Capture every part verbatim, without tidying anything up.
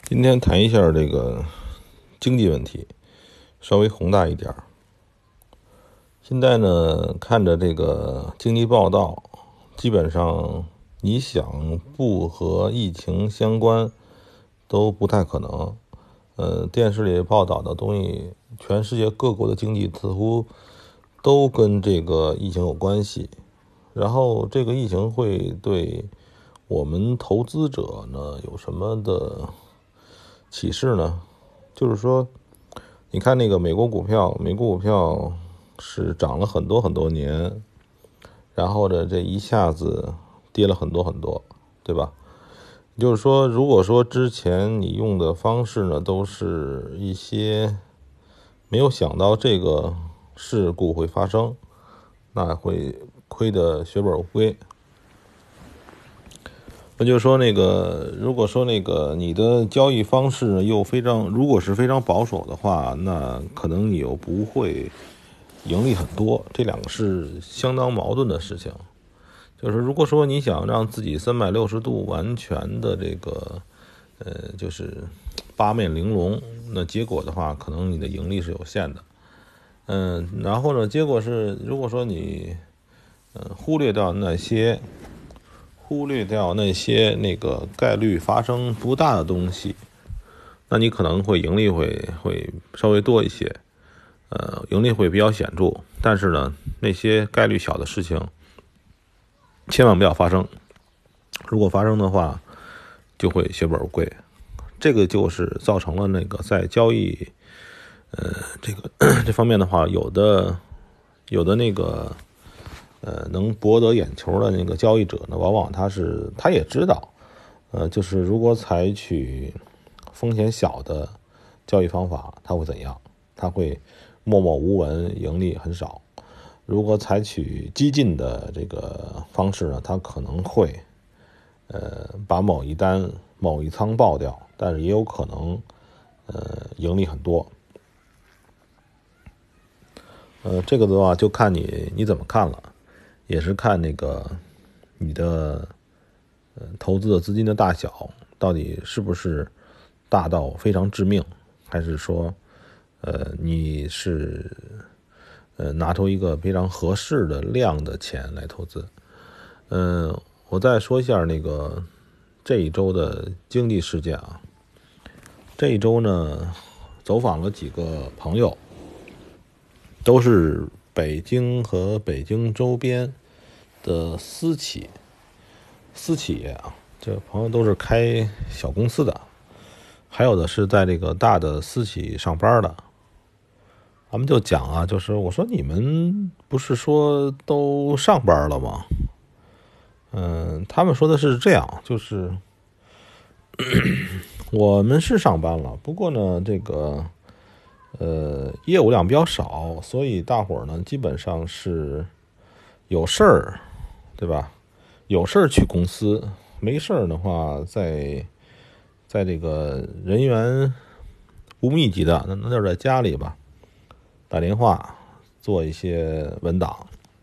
今天谈一下这个经济问题，稍微宏大一点。现在呢，看着这个经济报道，基本上你想不和疫情相关都不太可能。呃，电视里报道的东西，全世界各国的经济似乎都跟这个疫情有关系。然后这个疫情会对我们投资者呢有什么的启示呢？就是说，你看那个美国股票，美国股票是涨了很多很多年，然后呢，这一下子跌了很多很多，对吧？就是说，如果说之前你用的方式呢，都是一些没有想到这个事故会发生，那会亏得血本无归。那就是说，那个如果说那个你的交易方式呢又非常，如果是非常保守的话，那可能你又不会盈利很多，这两个是相当矛盾的事情。就是如果说你想让自己三百六十度完全的这个呃，就是八面玲珑，那结果的话，可能你的盈利是有限的。嗯，然后呢，结果是如果说你呃忽略掉那些。忽略掉那些那个概率发生不大的东西，那你可能会盈利会会稍微多一些，呃，盈利会比较显著。但是呢，那些概率小的事情，千万不要发生。如果发生的话，就会血本无归。这个就是造成了那个在交易，呃，这个这方面的话，有的有的那个。呃，能博得眼球的那个交易者呢，往往他是他也知道，呃，就是如果采取风险小的交易方法，他会怎样？他会默默无闻，盈利很少。如果采取激进的这个方式呢，他可能会呃把某一单某一仓爆掉，但是也有可能呃盈利很多。呃，这个的话就看你你怎么看了。也是看那个你的呃投资的资金的大小到底是不是大到非常致命，还是说呃你是呃拿出一个非常合适的量的钱来投资。嗯、呃，我再说一下那个这一周的经济事件啊。这一周呢，走访了几个朋友，都是北京和北京周边的私企私企业啊，这个朋友都是开小公司的，还有的是在这个大的私企上班的。他们就讲啊，就是我说你们不是说都上班了吗？嗯，他们说的是这样，就是我们是上班了，不过呢，这个呃业务量比较少，所以大伙儿呢基本上是有事儿，对吧？有事儿去公司，没事儿的话，在在这个人员不密集的，那那就是在家里吧，打电话做一些文档。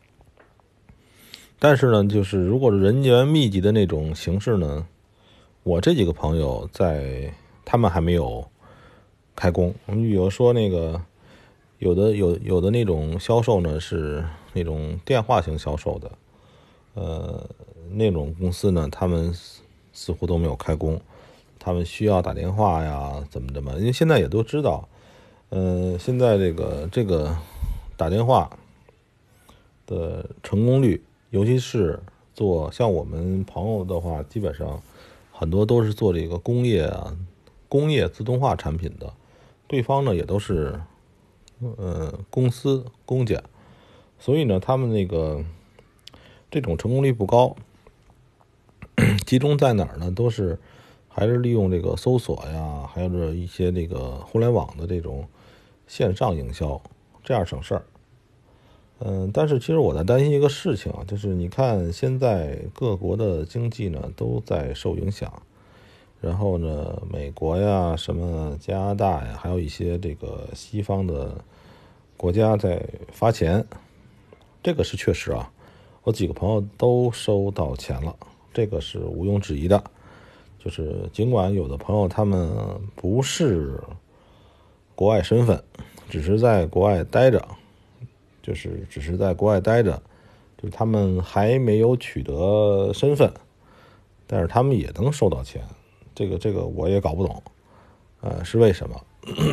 但是呢，就是如果是人员密集的那种形式呢，我这几个朋友在他们还没有开工。我们比如说那个有的有有的那种销售呢是那种电话型销售的，呃，那种公司呢，他们似乎都没有开工，他们需要打电话呀，怎么的嘛？因为现在也都知道，呃，现在这个这个打电话的成功率，尤其是做像我们朋友的话，基本上很多都是做这个工业啊、工业自动化产品的，对方呢也都是呃公司公家，所以呢，他们那个这种成功率不高。集中在哪儿呢？都是还是利用这个搜索呀，还有这一些这个互联网的这种线上营销，这样省事儿。嗯，但是其实我在担心一个事情啊，就是你看现在各国的经济呢都在受影响，然后呢，美国呀、什么加拿大呀，还有一些这个西方的国家在发钱，这个是确实啊，我几个朋友都收到钱了，这个是毋庸置疑的。 就是尽管有的朋友他们不是国外身份，只是在国外待着，就是只是在国外待着，就是他们还没有取得身份，但是他们也能收到钱，这个这个我也搞不懂，呃，是为什么？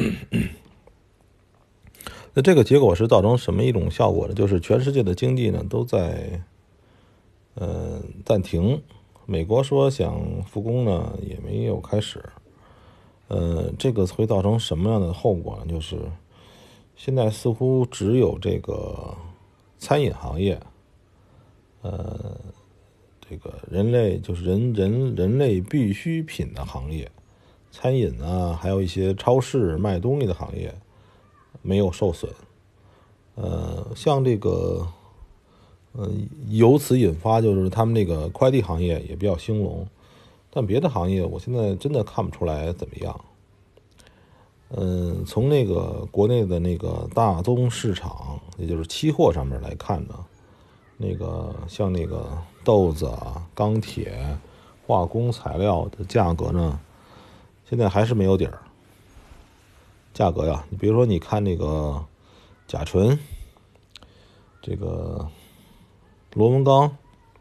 那这个结果是造成什么一种效果呢？就是全世界的经济呢都在呃暂停，美国说想复工呢也没有开始，呃，这个会造成什么样的后果呢？就是现在似乎只有这个餐饮行业，呃，这个人类就是人人人类必需品的行业，餐饮啊，还有一些超市卖东西的行业没有受损。呃，像这个，呃，由此引发就是他们这个快递行业也比较兴隆，但别的行业我现在真的看不出来怎么样。嗯，从那个国内的那个大宗市场，也就是期货上面来看呢，那个像那个豆子啊、钢铁、化工材料的价格呢，现在还是没有底儿。价格呀，你比如说你看那个甲醇，这个螺纹钢、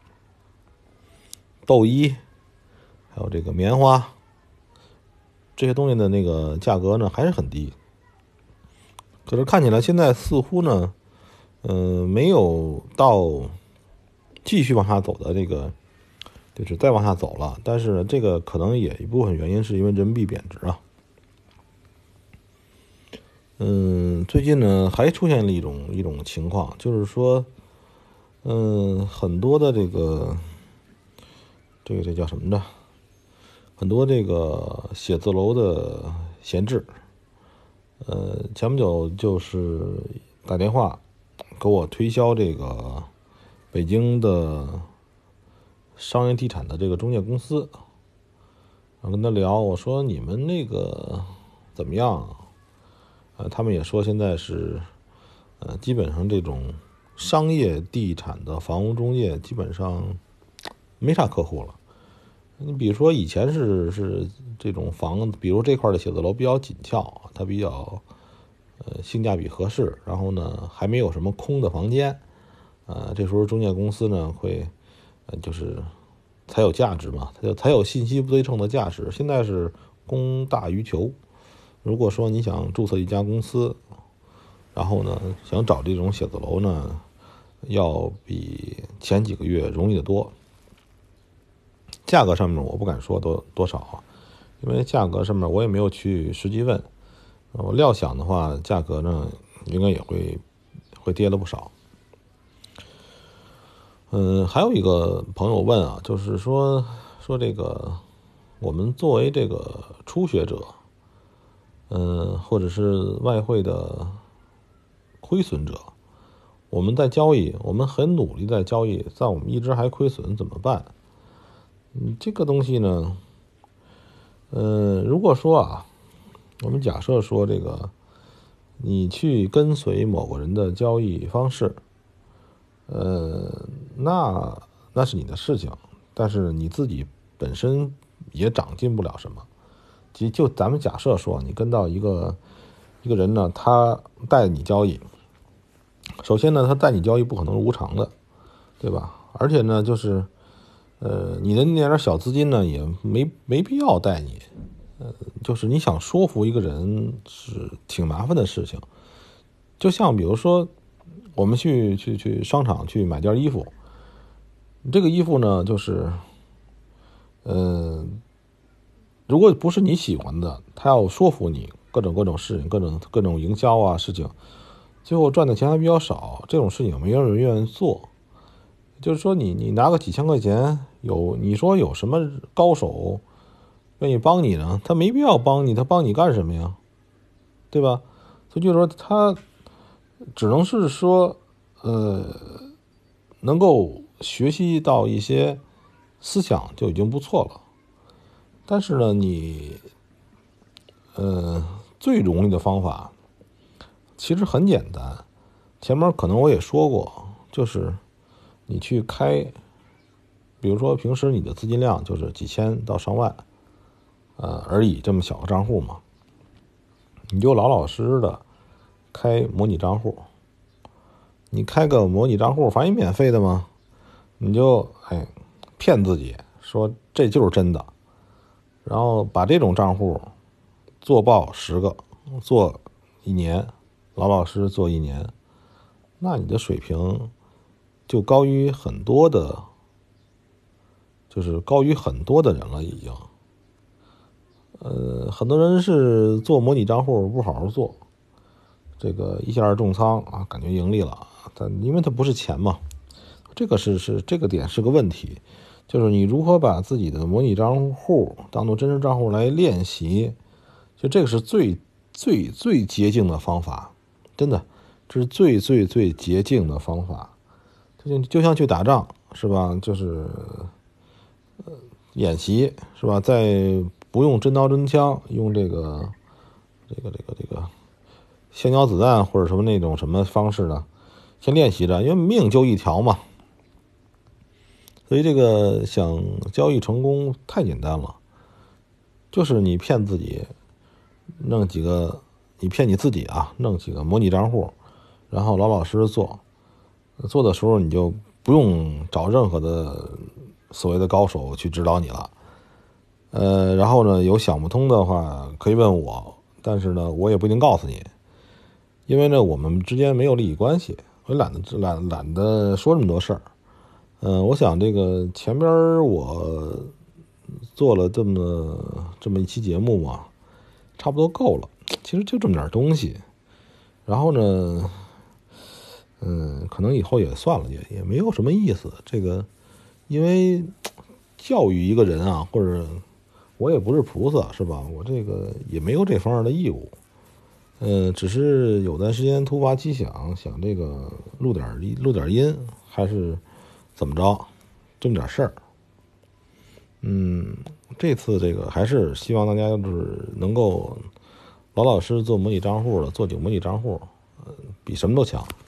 豆衣，还有这个棉花，这些东西的那个价格呢还是很低。可是看起来现在似乎呢，呃，没有到继续往下走的这个，就是再往下走了。但是呢，这个可能也一部分原因是因为人民币贬值啊。嗯，最近呢还出现了一种一种情况，就是说，嗯，很多的这个这个这叫什么呢？很多这个写字楼的闲置，呃，前不久就是打电话给我推销这个北京的商业地产的这个中介公司，我跟他聊，我说你们那个怎么样？呃，他们也说现在是，呃，基本上这种商业地产的房屋中介基本上没啥客户了。你比如说以前是是这种房，比如这块的写字楼比较紧俏，它比较呃性价比合适，然后呢还没有什么空的房间，呃，这时候中介公司呢会，呃，就是才有价值嘛，它就才有信息不对称的价值。现在是供大于求。如果说你想注册一家公司，然后呢想找这种写字楼呢，要比前几个月容易得多。价格上面我不敢说多多少啊，因为价格上面我也没有去实际问。我料想的话，价格呢应该也会会跌了不少。嗯，还有一个朋友问啊，就是说说这个我们作为这个初学者，嗯，或者是外汇的亏损者，我们在交易，我们很努力在交易，但我们一直还亏损怎么办？嗯，这个东西呢，呃，如果说啊，我们假设说这个，你去跟随某个人的交易方式，呃，那那是你的事情，但是你自己本身也长进不了什么。就就咱们假设说，你跟到一个一个人呢，他带你交易，首先呢，他带你交易不可能是无偿的，对吧？而且呢，就是呃，你的那点小资金呢，也没没必要带你。呃，就是你想说服一个人是挺麻烦的事情。就像比如说，我们去去去商场去买件衣服，这个衣服呢，就是呃，如果不是你喜欢的，他要说服你各种各种事情，各种各种营销啊事情，最后赚的钱还比较少，这种事情没有人愿意做。就是说你你拿个几千块钱，有你说有什么高手愿意帮你呢？他没必要帮你，他帮你干什么呀？对吧？所以就是说他只能是说呃能够学习到一些思想就已经不错了。但是呢，你呃最容易的方法其实很简单，前面可能我也说过，就是你去开，比如说平时你的资金量就是几千到上万， 而已，这么小个账户嘛，你就老老实实的开模拟账户。你开个模拟账户，反正免费的嘛，你就哎骗自己说这就是真的，然后把这种账户做爆十个，做一年，老老实实做一年，那你的水平就高于很多的，就是高于很多的人了已经。呃，很多人是做模拟账户不好好做，这个一下重仓啊，感觉盈利了，但因为它不是钱嘛，这个是是这个点是个问题，就是你如何把自己的模拟账户当做真实账户来练习，就这个是最最最捷径的方法，真的，这是最最最捷径的方法，就就像去打仗是吧？就是呃演习是吧？在不用真刀真枪，用这个这个这个这个橡胶子弹或者什么那种什么方式呢？先练习着，因为命就一条嘛。所以这个想交易成功太简单了，就是你骗自己，弄几个，你骗你自己啊，弄几个模拟账户，然后老老实实做，做的时候你就不用找任何的所谓的高手去指导你了。呃，然后呢，有想不通的话可以问我，但是呢，我也不一定告诉你，因为呢，我们之间没有利益关系，我懒得懒懒得说这么多事儿。嗯、呃，我想这个前边我做了这么这么一期节目嘛，差不多够了。其实就这么点东西，然后呢，嗯，可能以后也算了，也也没有什么意思。这个，因为教育一个人啊，或者我也不是菩萨，是吧？我这个也没有这方面的义务。呃，只是有段时间突发奇想，想这个录点录点音，还是怎么着，这么点事儿。嗯，这次这个还是希望大家就是能够老老实实做模拟账户的，做几个模拟账户，呃，比什么都强。